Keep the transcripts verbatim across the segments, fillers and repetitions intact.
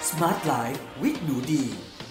Smart Life with หนูดี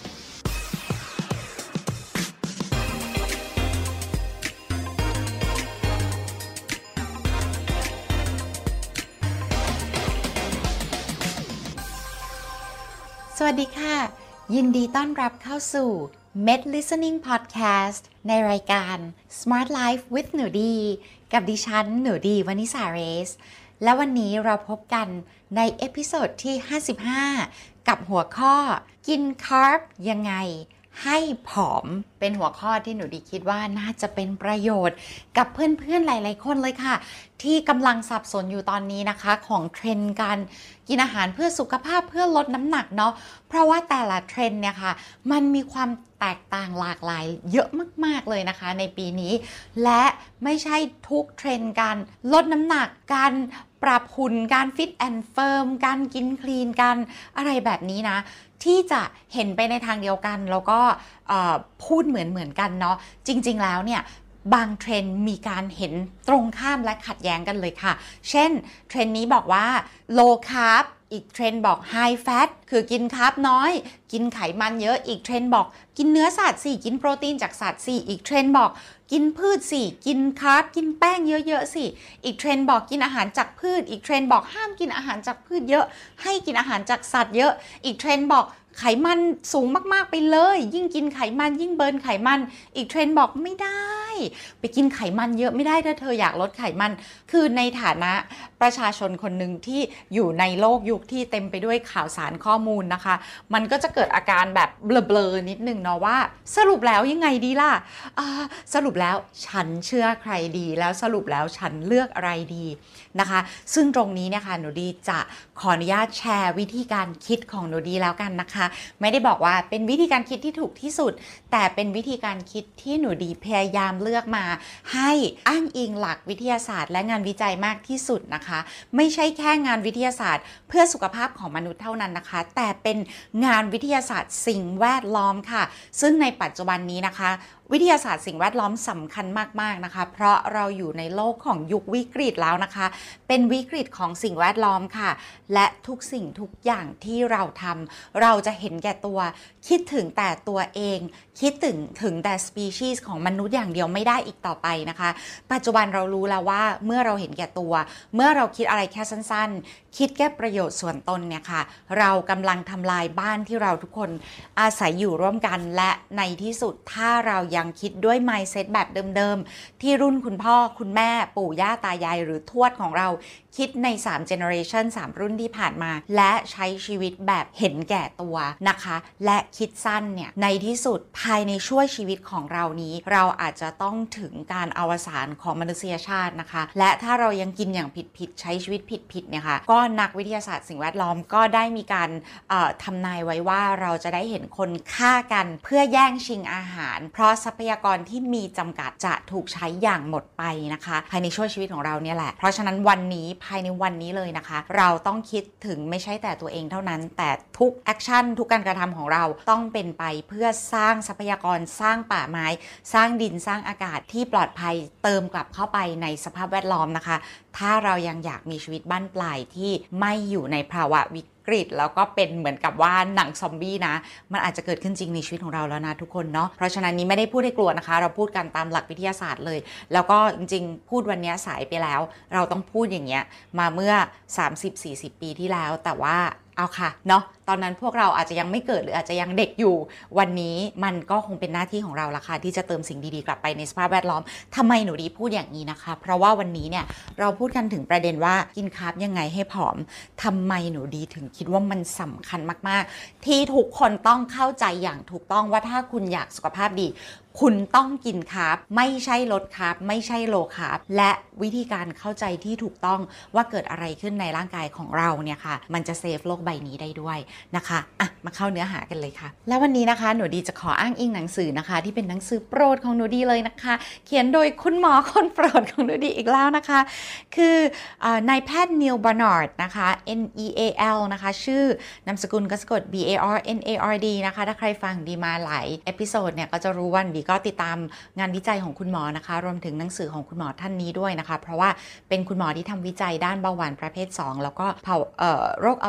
สวัสดีค่ะยินดีต้อนรับเข้าสู่ Med Listening Podcast ในรายการ Smart Life with หนูดีกับดิฉันหนูดีวนิสาเรสและวันนี้เราพบกันในเอพิโซดที่ห้าสิบห้ากับหัวข้อกินคาร์บยังไงให้ผอมเป็นหัวข้อที่หนูดีคิดว่าน่าจะเป็นประโยชน์กับเพื่อนๆหลายๆคนเลยค่ะที่กำลังสับสนอยู่ตอนนี้นะคะของเทรนด์การกินอาหารเพื่อสุขภาพเพื่อลดน้ำหนักเนาะเพราะว่าแต่ละเทรนด์เนี่ยค่ะมันมีความแตกต่างหลากหลายเยอะมากๆเลยนะคะในปีนี้และไม่ใช่ทุกเทรนด์การลดน้ำหนักการปรับหุ่นการฟิตแอนด์เฟิร์มการกินคลีนการอะไรแบบนี้นะที่จะเห็นไปในทางเดียวกันแล้วก็พูดเหมือนเหมือนกันเนาะจริงๆแล้วเนี่ยบางเทรนด์มีการเห็นตรงข้ามและขัดแย้งกันเลยค่ะเช่นเทรนด์นี้บอกว่า low carb อีกเทรนด์บอก high fat คือกินคาร์บน้อยกินไขมันเยอะอีกเทรนด์บอกกินเนื้อสัตว์สิกินโปรตีนจากสัตว์สิอีกเทรนด์บอกกินพืชสิกินคาร์บกินแป้งเยอะๆสิอีกเทรนด์บอกกินอาหารจากพืชอีกเทรนด์บอกห้ามกินอาหารจากพืชเยอะให้กินอาหารจากสัตว์เยอะอีกเทรนด์บอกไขมันสูงมากๆไปเลยยิ่งกินไขมันยิ่งเบิร์นไขมันอีกเทรนด์บอกไม่ได้ไปกินไขมันเยอะไม่ได้ถ้าเธออยากลดไขมันคือในฐานะประชาชนคนหนึ่งที่อยู่ในโลกยุคที่เต็มไปด้วยข่าวสารข้อมูลนะคะมันก็จะเกิดอาการแบบเบลอๆนิดนึงเนาะว่าสรุปแล้วยังไงดีล่ะสรุปแล้วฉันเชื่อใครดีแล้วสรุปแล้วฉันเลือกอะไรดีนะคะซึ่งตรงนี้เนี่ยค่ะหนูดีจะขออนุญาตแชร์วิธีการคิดของหนูดีแล้วกันนะคะไม่ได้บอกว่าเป็นวิธีการคิดที่ถูกที่สุดแต่เป็นวิธีการคิดที่หนูดีพยายามเลือกมาให้อ้างอิงหลักวิทยาศาสตร์และงานวิจัยมากที่สุดนะคะไม่ใช่แค่งานวิทยาศาสตร์เพื่อสุขภาพของมนุษย์เท่านั้นนะคะแต่เป็นงานวิทยาศาสตร์สิ่งแวดล้อมค่ะซึ่งในปัจจุบันนี้นะคะวิทยาศาสตร์สิ่งแวดล้อมสำคัญมากๆนะคะเพราะเราอยู่ในโลกของยุควิกฤตแล้วนะคะเป็นวิกฤตของสิ่งแวดล้อมค่ะและทุกสิ่งทุกอย่างที่เราทำเราจะเห็นแก่ตัวคิดถึงแต่ตัวเองคิดถึงถึงแต่สปีชีส์ของมนุษย์อย่างเดียวไม่ได้อีกต่อไปนะคะปัจจุบันเรารู้แล้วว่าเมื่อเราเห็นแก่ตัวเมื่อเราคิดอะไรแค่สั้นๆคิดแค่ประโยชน์ส่วนตนเนี่ยค่ะเรากำลังทำลายบ้านที่เราทุกคนอาศัยอยู่ร่วมกันและในที่สุดถ้าเรายังคิดด้วย mindset แบบเดิมๆที่รุ่นคุณพ่อคุณแม่ปู่ย่าตายายหรือทวดของเราคิดในสาม generation สามรุ่นที่ผ่านมาและใช้ชีวิตแบบเห็นแก่ตัวนะคะและคิดสั้นเนี่ยในที่สุดภายในช่วงชีวิตของเรานี้เราอาจจะต้องถึงการอวสานของมนุษยชาตินะคะและถ้าเรายังกินอย่างผิดๆใช้ชีวิตผิดๆเนี่ยค่ะก็นักวิทยาศาสตร์สิ่งแวดล้อมก็ได้มีการทำนายไว้ว่าเราจะได้เห็นคนฆ่ากันเพื่อแย่งชิงอาหารเพราะทรัพยากรที่มีจำกัดจะถูกใช้อย่างหมดไปนะคะภายในช่วงชีวิตของเราเนี่ยแหละเพราะฉะนั้นวันนี้ภายในวันนี้เลยนะคะเราต้องคิดถึงไม่ใช่แต่ตัวเองเท่านั้นแต่ทุกแอคชั่นทุกการกระทำของเราต้องเป็นไปเพื่อสร้างทรัพยากรสร้างป่าไม้สร้างดินสร้างอากาศที่ปลอดภัยเติมกลับเข้าไปในสภาพแวดล้อมนะคะถ้าเรายังอยากมีชีวิตบั้นปลายที่ไม่อยู่ในภาวะวิกฤตแล้วก็เป็นเหมือนกับว่าหนังซอมบี้นะมันอาจจะเกิดขึ้นจริงในชีวิตของเราแล้วนะทุกคนเนาะเพราะฉะนั้นนี้ไม่ได้พูดให้กลัวนะคะเราพูดกันตามหลักวิทยาศาสตร์เลยแล้วก็จริงๆพูดวันนี้สายไปแล้วเราต้องพูดอย่างเงี้ยมาเมื่อ สามสิบถึงสี่สิบ ปีที่แล้วแต่ว่าเอาค่ะเนาะตอนนั้นพวกเราอาจจะยังไม่เกิดหรืออาจจะยังเด็กอยู่วันนี้มันก็คงเป็นหน้าที่ของเราละค่ะที่จะเติมสิ่งดีๆกลับไปในสภาพแวดล้อมทำไมหนูดีพูดอย่างนี้นะคะเพราะว่าวันนี้เนี่ยเราพูดกันถึงประเด็นว่ากินคาร์บยังไงให้ผอมทำไมหนูดีถึงคิดว่ามันสำคัญมากๆที่ทุกคนต้องเข้าใจอย่างถูกต้องว่าถ้าคุณอยากสุขภาพดีคุณต้องกินคาร์บไม่ใช่ลดคาร์บไม่ใช่โลคาร์บและวิธีการเข้าใจที่ถูกต้องว่าเกิดอะไรขึ้นในร่างกายของเราเนี่ยค่ะมันจะเซฟโลกใบนี้ได้ด้วยนะคะอ่ะมาเข้าเนื้อหากันเลยค่ะแล้ววันนี้นะคะหนูดีจะขออ้างอิงหนังสือนะคะที่เป็นหนังสือโปรดของหนูดีเลยนะคะเขียนโดยคุณหมอคนโปรดของหนูดีอีกแล้วนะคะคือนายแพทย์นิลบาร์นาร์ดนะคะ N E A L นะคะชื่อนามสกุลก็สะกด B A R N A R D นะคะถ้าใครฟังดีมาหลายเอพิโซดเนี่ยก็จะรู้ว่าดีก็ติดตามงานวิจัยของคุณหมอนะคะรวมถึงหนังสือของคุณหมอท่านนี้ด้วยนะคะเพราะว่าเป็นคุณหมอที่ทำวิจัยด้านเบาหวานประเภทสองแล้วก็โรคอัลไซเมอร์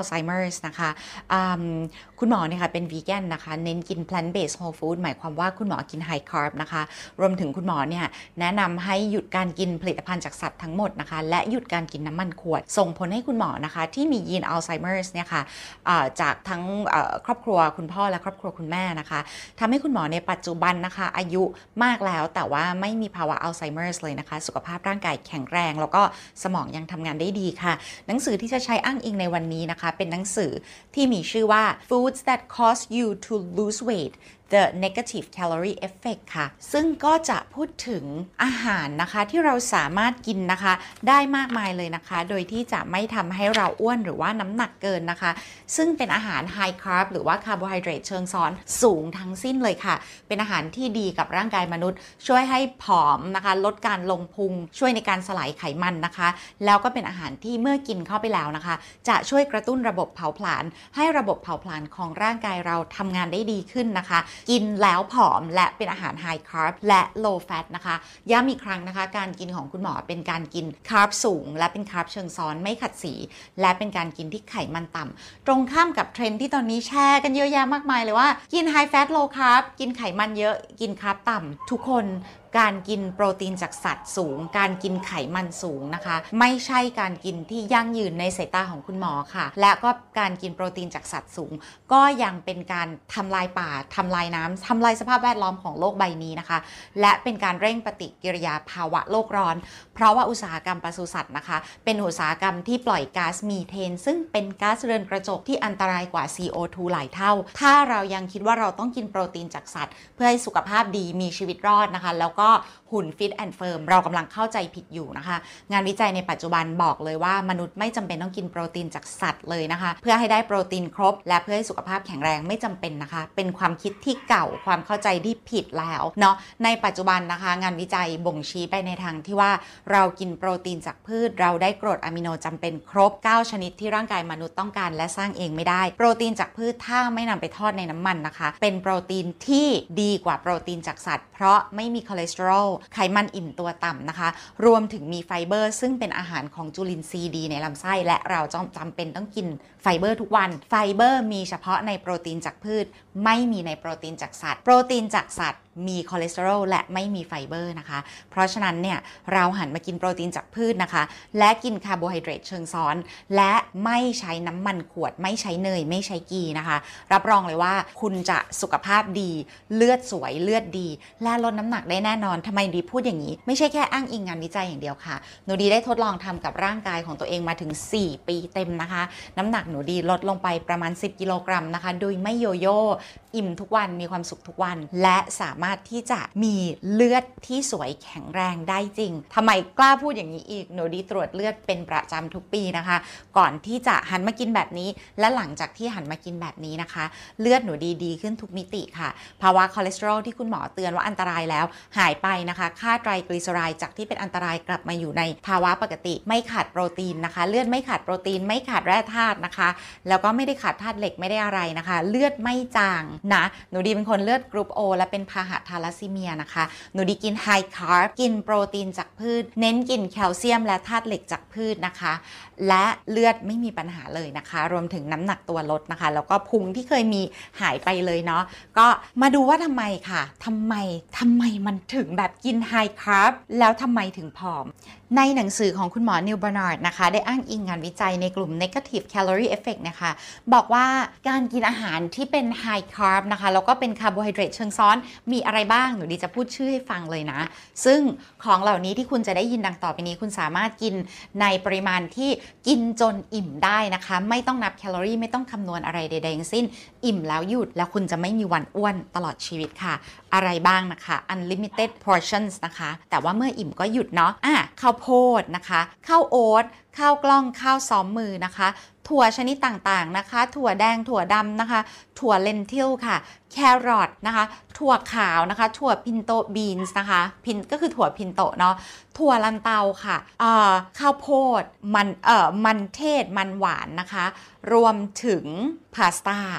Alzheimer's นะคะคุณหมอเนี่ยค่ะเป็นวีแกนนะคะเน้นกิน plant based whole food หมายความว่าคุณหมอกิน high carb นะคะรวมถึงคุณหมอเนี่ยแนะนำให้หยุดการกินผลิตภัณฑ์จากสัตว์ทั้งหมดนะคะและหยุดการกินน้ำมันขวดส่งผลให้คุณหมอนะคะที่มียีน Alzheimer's เนี่ยค่ะจากทั้งครอบครัวคุณพ่อและครอบครัวคุณแม่นะคะทำให้คุณหมอในปัจจุบันนะคะอายุมากแล้วแต่ว่าไม่มีภาวะ Alzheimer's เลยนะคะสุขภาพร่างกายแข็งแรงแล้วก็สมองยังทำงานได้ดีค่ะหนังสือที่จะใช้อ้างอิงในวันนี้นะคะเป็นหนังสือที่มีชื่อว่า Foods that cause you to lose weight The Negative Calorie Effect ค่ะซึ่งก็จะพูดถึงอาหารนะคะที่เราสามารถกินนะคะได้มากมายเลยนะคะโดยที่จะไม่ทำให้เราอ้วนหรือว่าน้ำหนักเกินนะคะซึ่งเป็นอาหาร High Carb หรือว่า Carbohydrate เชิงซ้อนสูงทั้งสิ้นเลยค่ะเป็นอาหารที่ดีกับร่างกายมนุษย์ช่วยให้ผอมนะคะลดการลงพุงช่วยในการสลายไขมันนะคะแล้วก็เป็นอาหารที่เมื่อกินเข้าไปแล้วนะคะจะช่วยกระตุ้นระบบเผาผลาญให้ระบบเผาผลาญของร่างกายเราทำงานได้ดีขึ้นนะคะกินแล้วผอมและเป็นอาหาร High Carb และ Low Fat นะคะย้ำอีกครั้งนะคะการกินของคุณหมอเป็นการกินคาร์บสูงและเป็นคาร์บเชิงซ้อนไม่ขัดสีและเป็นการกินที่ไขมันต่ำตรงข้ามกับเทรนด์ที่ตอนนี้แชร์กันเยอะแยะมากมายเลยว่ากิน High Fat Low Carb กินไขมันเยอะกินคาร์บต่ำทุกคนการกินโปรตีนจากสัตว์สูงการกินไขมันสูงนะคะไม่ใช่การกินที่ยั่งยืนในสายตาของคุณหมอค่ะและก็การกินโปรตีนจากสัตว์สูงก็ยังเป็นการทำลายป่าทำลายน้ำทำลายสภาพแวดล้อมของโลกใบนี้นะคะและเป็นการเร่งปฏิกิริยาภาวะโลกร้อนเพราะว่าอุตสาหกรรมปศุสัตว์นะคะเป็นอุตสาหกรรมที่ปล่อยก๊าซมีเทนซึ่งเป็นก๊าซเรือนกระจกที่อันตรายกว่า ซี โอ ทู หลายเท่าถ้าเรายังคิดว่าเราต้องกินโปรตีนจากสัตว์เพื่อให้สุขภาพดีมีชีวิตรอดนะคะแล้วก็หุ่นฟิตแอนด์เฟิร์มเรากำลังเข้าใจผิดอยู่นะคะงานวิจัยในปัจจุบันบอกเลยว่ามนุษย์ไม่จำเป็นต้องกินโปรตีนจากสัตว์เลยนะคะเพื่อให้ได้โปรตีนครบและเพื่อให้สุขภาพแข็งแรงไม่จำเป็นนะคะเป็นความคิดที่เก่าความเข้าใจที่ผิดแล้วเนาะในปัจจุบันนะคะงานวิจัยบ่งชี้ไปในทางที่ว่าเรากินโปรตีนจากพืชเราได้กรดอะมิโนจำเป็นครบเก้าชนิดที่ร่างกายมนุษย์ต้องการและสร้างเองไม่ได้โปรตีนจากพืชถ้าไม่นำไปทอดในน้ำมันนะคะเป็นโปรตีนที่ดีกว่าโปรตีนจากสัตว์เพราะไม่มีคอเลสเตอรอลไขมันอิ่มตัวต่ำนะคะรวมถึงมีไฟเบอร์ซึ่งเป็นอาหารของจุลินทรีย์ดีในลำไส้และเราจำเป็นต้องกินไฟเบอร์ทุกวันไฟเบอร์มีเฉพาะในโปรตีนจากพืชไม่มีในโปรตีนจากสัตว์โปรตีนจากสัตว์มีคอเลสเตอรอลและไม่มีไฟเบอร์นะคะเพราะฉะนั้นเนี่ยเราหันมากินโปรตีนจากพืชนะคะและกินคาร์โบไฮเดรตเชิงซ้อนและไม่ใช้น้ำมันขวดไม่ใช้เนยไม่ใช้กีนะคะรับรองเลยว่าคุณจะสุขภาพดีเลือดสวยเลือดดีและลดน้ำหนักได้แน่นอนทำไมดีพูดอย่างนี้ไม่ใช่แค่อ้างอิงงานวิจัยอย่างเดียวค่ะหนูดีได้ทดลองทำกับร่างกายของตัวเองมาถึงสี่ปีเต็มนะคะน้ำหนักหนูดีลดลงไปประมาณสิบกิโลกรัมนะคะโดยไม่โยโย่อิ่มทุกวันมีความสุขทุกวันและสามารถที่จะมีเลือดที่สวยแข็งแรงได้จริงทำไมกล้าพูดอย่างนี้อีกหนูดีตรวจเลือดเป็นประจำทุกปีนะคะก่อนที่จะหันมากินแบบนี้และหลังจากที่หันมากินแบบนี้นะคะเลือดหนูดีดีขึ้นทุกมิติค่ะภาวะคอเลสเตอรอลที่คุณหมอเตือนว่าอันตรายแล้วหายไปนะคะค่าไตรกลีเซอไรด์จากที่เป็นอันตรายกลับมาอยู่ในภาวะปกติไม่ขาดโปรตีนนะคะเลือดไม่ขาดโปรตีนไม่ขาดแร่ธาตุนะคะแล้วก็ไม่ได้ขาดธาตุเหล็กไม่ได้อะไรนะคะเลือดไม่จางนะหนูดีเป็นคนเลือดกรุ๊ป O และเป็นพาหะทาลัสซีเมียนะคะหนูดีกินไฮคาร์บกินโปรตีนจากพืชเน้นกินแคลเซียมและธาตุเหล็กจากพืชนะคะและเลือดไม่มีปัญหาเลยนะคะรวมถึงน้ำหนักตัวลดนะคะแล้วก็พุงที่เคยมีหายไปเลยเนาะก็มาดูว่าทำไมค่ะทำไมทำไมมันถึงแบบกินไฮคาร์บแล้วทำไมถึงผอมในหนังสือของคุณหมอนิวบาร์นาร์ดนะคะได้อ้างอิงงานวิจัยในกลุ่ม Negative Calorie Effect นะคะบอกว่าการกินอาหารที่เป็น High Carb นะคะแล้วก็เป็นคาร์โบไฮเดรตเชิงซ้อนมีอะไรบ้างหนูดีจะพูดชื่อให้ฟังเลยนะซึ่งของเหล่านี้ที่คุณจะได้ยินดังต่อไปนี้คุณสามารถกินในปริมาณที่กินจนอิ่มได้นะคะไม่ต้องนับแคลอรี่ไม่ต้องคำนวณอะไรใดๆทั้งสิ้นอิ่มแล้วหยุดแล้วคุณจะไม่มีวันอ้วนตลอดชีวิตค่ะอะไรบ้างนะคะ unlimited portions นะคะแต่ว่าเมื่ออิ่มก็หยุดเนาะอ่ะข้าวโพดนะคะข้าวโอ๊ตข้าวกล้องข้าวซ้อมมือนะคะถั่วชนิดต่างๆนะคะถั่วแดงถั่วดำนะคะถั่วเลนทิลค่ะแครอทนะคะถั่วขาวนะคะถั่วพินโตบีนส์นะคะพินก็คือถั่วพินโตเนาะถั่วลันเตาค่ะเอ่อข้าวโพดมันเอ่อมันเทศมันหวานนะคะรวมถึงพาสต้า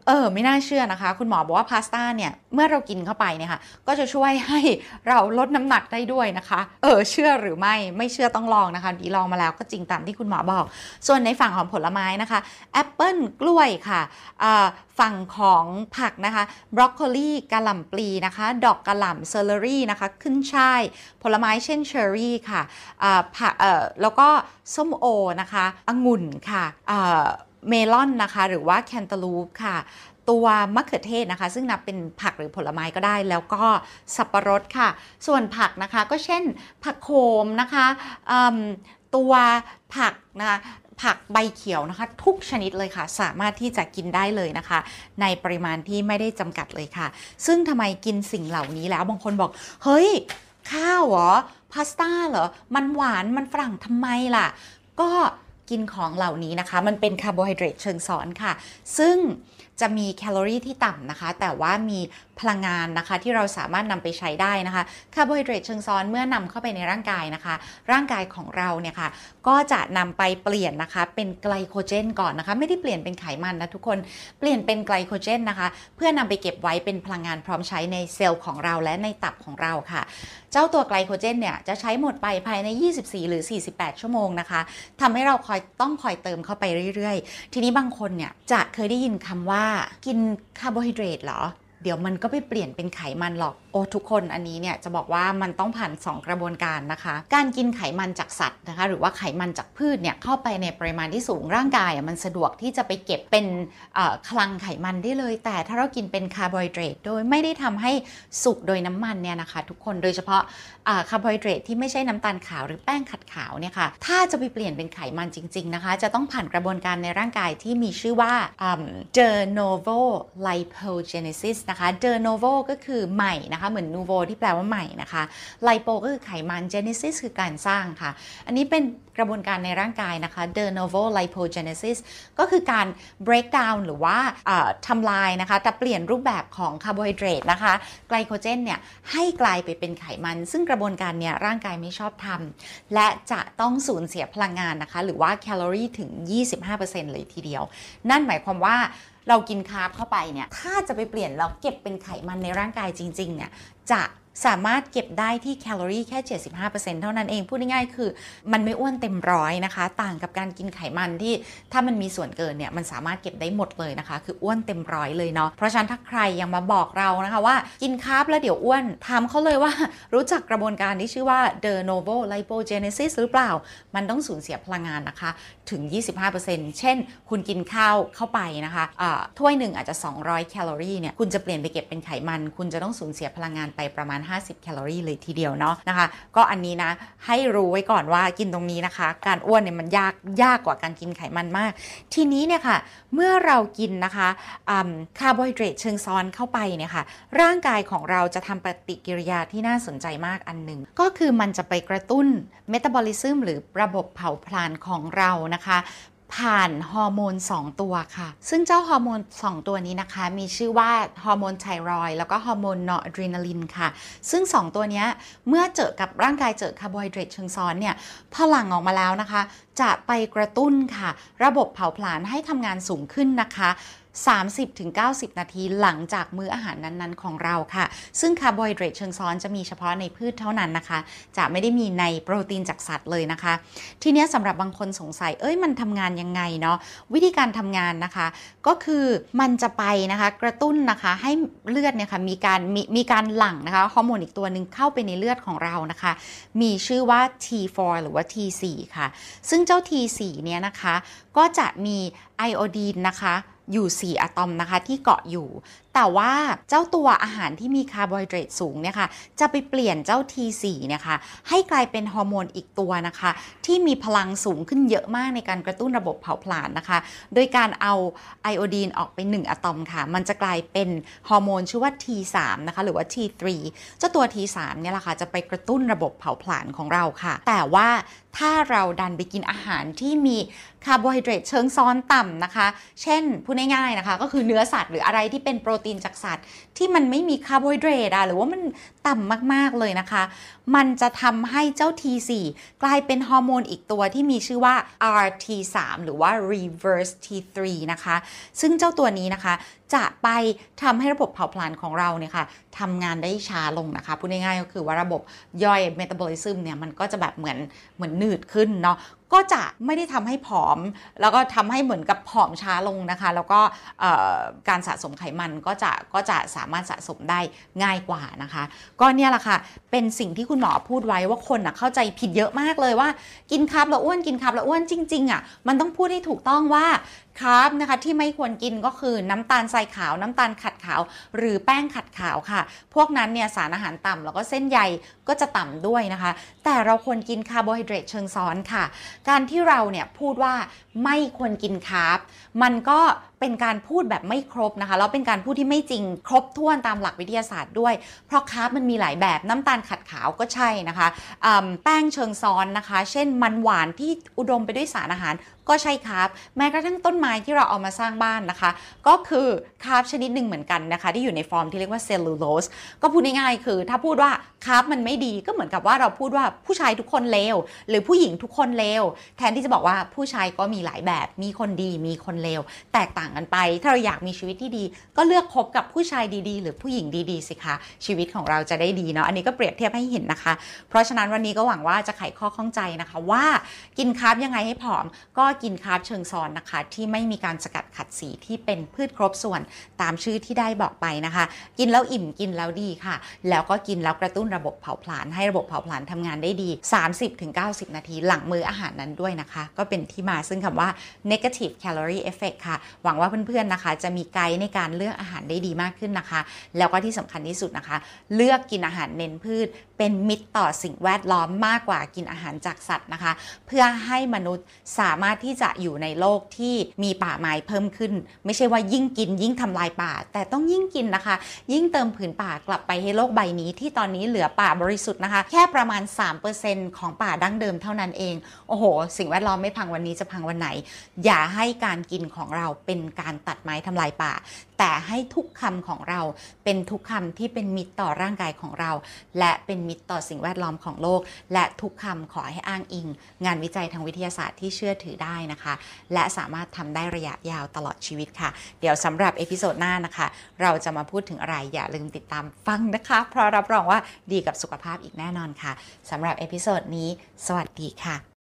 เออไม่น่าเชื่อนะคะคุณหมอบอกว่าพาสต้าเนี่ยเมื่อเรากินเข้าไปเนี่ยค่ะก็จะช่วยให้เราลดน้ำหนักได้ด้วยนะคะเออเชื่อหรือไม่ไม่เชื่อต้องลองนะคะดีลองมาแล้วก็จริงตามที่คุณหมอบอกส่วนในฝั่งของผลไม้นะคะแอปเปิ้ลกล้วยค่ะฝั่งของผักนะคะบรอกโคลีกะหล่ำปลีนะคะดอกกะหล่ำเซอร์เรอรี่นะคะขึ้นช่ายผลไม้เช่นเชอร์รี่ค่ะผักเอ่อแล้วก็ส้มโอนะคะองุ่นค่ะเมลอนนะคะหรือว่าแคนตาลูปค่ะตัวมะเขือเทศนะคะซึ่งนับเป็นผักหรือผลไม้ก็ได้แล้วก็สับปะรดค่ะส่วนผักนะคะก็เช่นผักโขมนะคะตัวผักนะคะผักใบเขียวนะคะทุกชนิดเลยค่ะสามารถที่จะกินได้เลยนะคะในปริมาณที่ไม่ได้จำกัดเลยค่ะซึ่งทำไมกินสิ่งเหล่านี้แล้วบางคนบอกเฮ้ยข้าวเหรอพาสต้าเหรอมันหวานมันฝรั่งทำไมล่ะก็กินของเหล่านี้นะคะมันเป็นคาร์โบไฮเดรตเชิงซ้อนค่ะซึ่งจะมีแคลอรี่ที่ต่ำนะคะแต่ว่ามีพลังงานนะคะที่เราสามารถนำไปใช้ได้นะคะคาร์โบไฮเดรตเชิงซ้อนเมื่อนำเข้าไปในร่างกายนะคะร่างกายของเราเนี่ยค่ะก็จะนำไปเปลี่ยนนะคะเป็นไกลโคเจนก่อนนะคะไม่ได้เปลี่ยนเป็นไขมันนะทุกคนเปลี่ยนเป็นไกลโคเจนนะคะเพื่อนำไปเก็บไว้เป็นพลังงานพร้อมใช้ในเซลล์ของเราและในตับของเราค่ะเจ้าตัวไกลโคเจนเนี่ยจะใช้หมดไปภายในยี่สิบสี่หรือสี่สิบแปดชั่วโมงนะคะทำให้เราคอยต้องคอยเติมเข้าไปเรื่อยๆทีนี้บางคนเนี่ยจะเคยได้ยินคำว่ากินคาร์โบไฮเดรตเหรอเดี๋ยวมันก็ไปเปลี่ยนเป็นไขมันหรอกโอ้ทุกคนอันนี้เนี่ยจะบอกว่ามันต้องผ่านสองกระบวนการนะคะการกินไขมันจากสัตว์นะคะหรือว่าไขมันจากพืชเนี่ยเข้าไปในปริมาณที่สูงร่างกายมันสะดวกที่จะไปเก็บเป็นคลังไขมันได้เลยแต่ถ้าเรากินเป็นคาร์โบไฮเดรตโดยไม่ได้ทำให้สุกโดยน้ำมันเนี่ยนะคะทุกคนโดยเฉพาะคาร์โบไฮเดรตที่ไม่ใช่น้ำตาลขาวหรือแป้งขัดขาวเนี่ยค่ะถ้าจะไปเปลี่ยนเป็นไขมันจริงๆนะคะจะต้องผ่านกระบวนการในร่างกายที่มีชื่อว่า de novo lipogenesis นะคะ de novo ก็คือใหม่นะคะเหมือน novo ที่แปลว่าใหม่นะคะ lipo ก็คือไขมัน genesis คือการสร้างค่ะอันนี้เป็นกระบวนการในร่างกายนะคะ de novo lipogenesis ก็คือการ break down หรือว่าทำลายนะคะแต่เปลี่ยนรูปแบบของคาร์โบไฮเดรตนะคะไกลโคเจนเนี่ยให้กลายไปเป็นไขมันซึ่งกระบวนการเนี่ยร่างกายไม่ชอบทำและจะต้องสูญเสียพลังงานนะคะหรือว่าแคลอรี่ถึง ยี่สิบห้าเปอร์เซ็นต์ เลยทีเดียวนั่นหมายความว่าเรากินคาร์บเข้าไปเนี่ยถ้าจะไปเปลี่ยนแล้วเก็บเป็นไขมันในร่างกายจริงๆเนี่ยจะสามารถเก็บได้ที่แคลอรี่แค่ เจ็ดสิบห้าเปอร์เซ็นต์ เท่านั้นเองพูดง่ายๆคือมันไม่อ้วนเต็มร้อยนะคะต่างกับการกินไขมันที่ถ้ามันมีส่วนเกินเนี่ยมันสามารถเก็บได้หมดเลยนะคะคืออ้วนเต็มร้อยเลยเนาะเพราะฉะนั้นถ้าใครยังมาบอกเรานะคะว่ากินคาร์บแล้วเดี๋ยวอ้วนถามเขาเลยว่ารู้จักกระบวนการที่ชื่อว่า de novo lipogenesis หรือเปล่ามันต้องสูญเสียพลังงานนะคะถึง ยี่สิบห้าเปอร์เซ็นต์ เช่นคุณกินข้าวเข้าไปนะคะะถ้วยหนึ่งอาจจะสองร้อยแคลอรี่เนี่ยคุณจะเปลี่ยนไปเก็บเป็นไขมันคุณจะต้องสูญเสียพลังงานไปประมาณห้าสิบแคลอรี่เลยทีเดียวเนาะนะคะก็อันนี้นะให้รู้ไว้ก่อนว่ากินตรงนี้นะคะการอ้วนเนี่ยมันยากยากกว่าการกินไขมันมากทีนี้เนี่ยค่ะเมื่อเรากินนะคะคาร์โบไฮเดรตเชิงซ้อนเข้าไปเนี่ยค่ะร่างกายของเราจะทำปฏิกิริยาที่น่าสนใจมากอันหนึ่งก็คือมันจะไปกระตุ้นเมตาบอลิซึมหรือระบบเผาผลาญของเรานะคะผ่านฮอร์โมนสองตัวค่ะซึ่งเจ้าฮอร์โมนสองตัวนี้นะคะมีชื่อว่าฮอร์โมนไทรอยด์แล้วก็ฮอร์โมนนอร์อะดรีนาลินค่ะซึ่งสองตัวนี้เมื่อเจอกับร่างกายเจอคาร์โบไฮเดรตเชิงซ้อนเนี่ยพอหลั่งออกมาแล้วนะคะจะไปกระตุ้นค่ะระบบเผาผลาญให้ทำงานสูงขึ้นนะคะสามสิบถึงเก้าสิบ นาทีหลังจากมื้ออาหารนั้นๆของเราค่ะซึ่งคาร์โบไฮเดรตเชิงซ้อนจะมีเฉพาะในพืชเท่านั้นนะคะจะไม่ได้มีในโปรตีนจากสัตว์เลยนะคะทีนี้สำหรับบางคนสงสัยเอ้ยมันทำงานยังไงเนาะวิธีการทำงานนะคะก็คือมันจะไปนะคะกระตุ้นนะคะให้เลือดเนี่ยค่ะมีการมีมีการหลั่งนะคะฮอร์โมนอีกตัวหนึ่งเข้าไปในเลือดของเรานะคะมีชื่อว่า ที โฟร์ หรือว่า ที โฟร์ ค่ะซึ่งเจ้า ที โฟร์ เนี่ยนะคะก็จะมีไอโอดีนนะคะอยู่สี่อะตอมนะคะที่เกาะอยู่แต่ว่าเจ้าตัวอาหารที่มีคาร์โบไฮเดรตสูงเนี่ยค่ะจะไปเปลี่ยนเจ้า ที โฟร์ เนี่ยค่ะให้กลายเป็นฮอร์โมนอีกตัวนะคะที่มีพลังสูงขึ้นเยอะมากในการกระตุ้นระบบเผาผลาญนะคะโดยการเอาไอโอดีนออกไปหนึ่งอะตอมค่ะมันจะกลายเป็นฮอร์โมนชื่อว่า ที ทรี นะคะหรือว่า ที ทรี เจ้าตัว ที ทรี เนี่ยแหละค่ะจะไปกระตุ้นระบบเผาผลาญของเราค่ะแต่ว่าถ้าเราดันไปกินอาหารที่มีคาร์โบไฮเดรตเชิงซ้อนต่ำนะคะเช่นพูดง่ายๆนะคะก็คือเนื้อสัตว์หรืออะไรที่เป็นโปรตีนจากสัตว์ที่มันไม่มีคาร์โบไฮเดรตอะหรือว่ามันต่ำมากๆเลยนะคะมันจะทำให้เจ้า ที โฟร์ กลายเป็นฮอร์โมนอีกตัวที่มีชื่อว่า อาร์ ที ทรี หรือว่า reverse ที ทรี นะคะซึ่งเจ้าตัวนี้นะคะจะไปทำให้ระบบเผาผลาญของเราเนี่ยค่ะทำงานได้ช้าลงนะคะพูดง่ายๆก็คือว่าระบบย่อย metabolism เนี่ยมันก็จะแบบเหมือนเหมือนหนืดขึ้นเนาะก็จะไม่ได้ทำให้ผอมแล้วก็ทำให้เหมือนกับผอมช้าลงนะคะแล้วก็การสะสมไขมันก็จะก็จะสามารถสะสมได้ง่ายกว่านะคะก็เนี่ยแหละค่ะเป็นสิ่งที่คุณหมอพูดไว้ว่าคนอ่ะเข้าใจผิดเยอะมากเลยว่ากินคาร์บแล้วอ้วนกินคาร์บแล้วอ้วนจริงๆอ่ะมันต้องพูดให้ถูกต้องว่าคาร์บนะคะที่ไม่ควรกินก็คือน้ำตาลทรายขาวน้ำตาลขัดขาวหรือแป้งขัดขาวค่ะพวกนั้นเนี่ยสารอาหารต่ำแล้วก็เส้นใยก็จะต่ำด้วยนะคะแต่เราควรกินคาร์โบไฮเดรตเชิงซ้อนค่ะการที่เราเนี่ยพูดว่าไม่ควรกินคาร์บมันก็เป็นการพูดแบบไม่ครบนะคะแล้วเป็นการพูดที่ไม่จริงครบถ้วนตามหลักวิทยาศาสตร์ด้วยเพราะคาร์บมันมีหลายแบบน้ำตาลขัดขาวก็ใช่นะคะแป้งเชิงซ้อนนะคะเช่นมันหวานที่อุดมไปด้วยสารอาหารก็ใช่คาร์บแม้กระทั่งต้นไม้ที่เราเอามาสร้างบ้านนะคะก็คือคาร์บชนิดหนึ่งเหมือนกันนะคะที่อยู่ในฟอร์มที่เรียกว่าเซลลูโลสก็พูดง่ายๆคือถ้าพูดว่าคาร์บมันไม่ดีก็เหมือนกับว่าเราพูดว่าผู้ชายทุกคนเลวหรือผู้หญิงทุกคนเลวแทนที่จะบอกว่าผู้ชายก็มีหลายแบบมีคนดีมีคนเลวแตกต่างกันไปถ้าเราอยากมีชีวิตที่ดีก็เลือกคบกับผู้ชายดีๆหรือผู้หญิงดีๆสิคะชีวิตของเราจะได้ดีเนาะอันนี้ก็เปรียบเทียบให้เห็นนะคะเพราะฉะนั้นวันนี้ก็หวังว่าจะไขข้อข้องใจนะคะว่ากินคาร์บยังไงให้ผอมก็กินคาร์บเชิงซ้อนนะคะที่ไม่มีการสกัดขัดสีที่เป็นพืชครบส่วนตามชื่อที่ได้บอกไปนะคะกินแล้วอิ่มกินแล้วดีค่ะแล้วก็กินแล้วกระตุ้นระบบเผาผลาญให้ระบบเผาผลาญทำงานได้ดี สามสิบถึงเก้าสิบ นาทีหลังมื้ออาหารนั้นด้วยนะคะก็เป็นที่มาซึ่งคำว่า negative calorie effect ค่ะหวังว่าเพื่อนๆนะคะจะมีไกด์ในการเลือกอาหารได้ดีมากขึ้นนะคะแล้วก็ที่สำคัญที่สุดนะคะเลือกกินอาหารเน้นพืชเป็นมิตรต่อสิ่งแวดล้อมมากกว่ากินอาหารจากสัตว์นะคะเพื่อให้มนุษย์สามารถที่จะอยู่ในโลกที่มีป่าไม้เพิ่มขึ้นไม่ใช่ว่ายิ่งกินยิ่งทำลายป่าแต่ต้องยิ่งกินนะคะยิ่งเติมผืนป่ากลับไปให้โลกใบนี้ที่ตอนนี้เหลือป่าบริสุทธิ์นะคะแค่ประมาณ สามเปอร์เซ็นต์ ของป่าดั้งเดิมเท่านั้นเองโอ้โหสิ่งแวดล้อมไม่พังวันนี้จะพังวันไหนอย่าให้การกินของเราเป็นการตัดไม้ทำลายป่าแต่ให้ทุกคำของเราเป็นทุกคำที่เป็นมิตรต่อร่างกายของเราและเป็นมิตรต่อสิ่งแวดล้อมของโลกและทุกคำขอให้อ้างอิงงานวิจัยทางวิทยาศาสตร์ที่เชื่อถือได้นะคะและสามารถทำได้ระยะยาวตลอดชีวิตค่ะเดี๋ยวสำหรับเอพิโซดหน้านะคะเราจะมาพูดถึงอะไรอย่าลืมติดตามฟังนะคะเพราะรับรองว่าดีกับสุขภาพอีกแน่นอนค่ะสำหรับเอพิโซดนี้สวัสดีค่ะ